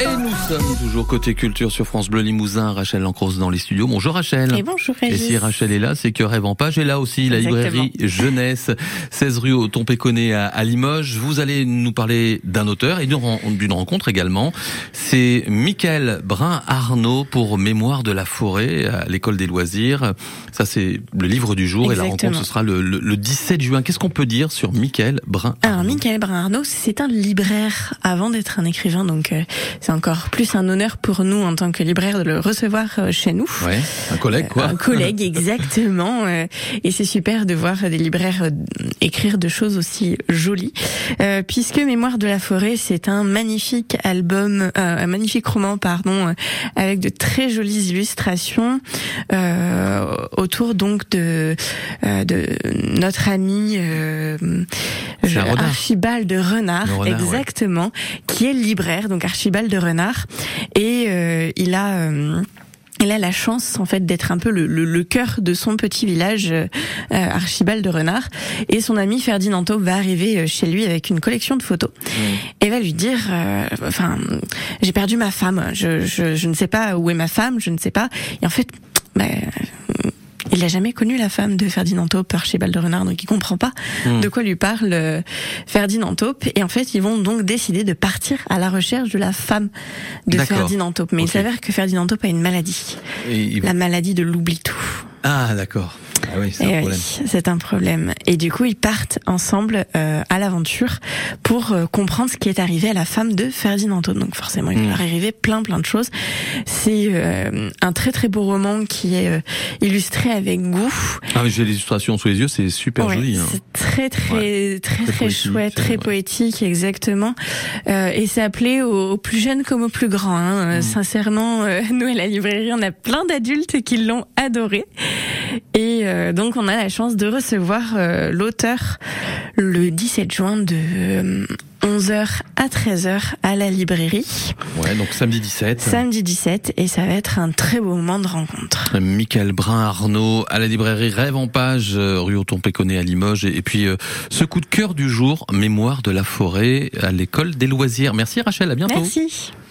Et nous sommes toujours côté culture sur France Bleu Limousin. Rachel Lancros dans les studios. Bonjour Rachel. Et bonjour Régis. Et si Rachel est là, c'est que Rêve en Page est là aussi. La librairie Jeunesse, 16 rue au Tompéconnet à Limoges. Vous allez nous parler d'un auteur et d'une rencontre également. C'est Michael Brun-Arnaud pour Mémoire de la forêt à l'école des loisirs. Ça c'est le livre du jour. Exactement. Et la rencontre ce sera le 17 juin. Qu'est-ce qu'on peut dire sur Michael Brun-Arnaud? Alors Michael Brun-Arnaud, c'est un libraire avant d'être un écrivain, donc c'est encore plus un honneur pour nous en tant que libraire de le recevoir chez nous. Ouais, un collègue quoi. Un collègue, exactement. Et c'est super de voir des libraires écrire de choses aussi jolies. Puisque Mémoire de la forêt, c'est un magnifique album, un magnifique roman, avec de très jolies illustrations autour donc de notre ami Archibald Renard, exactement, ouais. Qui est libraire, donc Archibald Renard, et il a la chance en fait d'être un peu le cœur de son petit village, Archibald Renard, et son ami Ferdinand Taupe va arriver chez lui avec une collection de photos et va lui dire j'ai perdu ma femme, je ne sais pas où est ma femme, je ne sais pas, et en fait il n'a jamais connu la femme de Ferdinand Taupe, Archibald Renard, donc il comprend pas de quoi lui parle Ferdinand Taupe. Et en fait, ils vont donc décider de partir à la recherche de la femme de Ferdinand Taupe. Mais il s'avère que Ferdinand Taupe a une maladie, la maladie de l'oubli-tout. Ah d'accord. Ah oui, c'est un problème. Oui, c'est un problème. Et du coup, ils partent ensemble à l'aventure pour comprendre ce qui est arrivé à la femme de Ferdinand Taupe. Donc forcément, il va leur arriver plein de choses. C'est un très très beau roman qui est illustré avec goût. Ah mais j'ai les illustrations sous les yeux, c'est super joli. Hein. C'est très poétique, chouette, très poétique, exactement. Et c'est appelé aux plus jeunes comme aux plus grands. Hein. Sincèrement, nous à la librairie, on a plein d'adultes qui l'ont adoré. Et donc on a la chance de recevoir l'auteur le 17 juin de 11h à 13h à la librairie. Ouais, donc samedi 17. Samedi 17, et ça va être un très beau moment de rencontre. Michael Brun-Arnaud à la librairie Rêve en Page, rue au Tompéconnet à Limoges. Et puis ce coup de cœur du jour, Mémoire de la forêt à l'école des loisirs. Merci Rachel, à bientôt. Merci.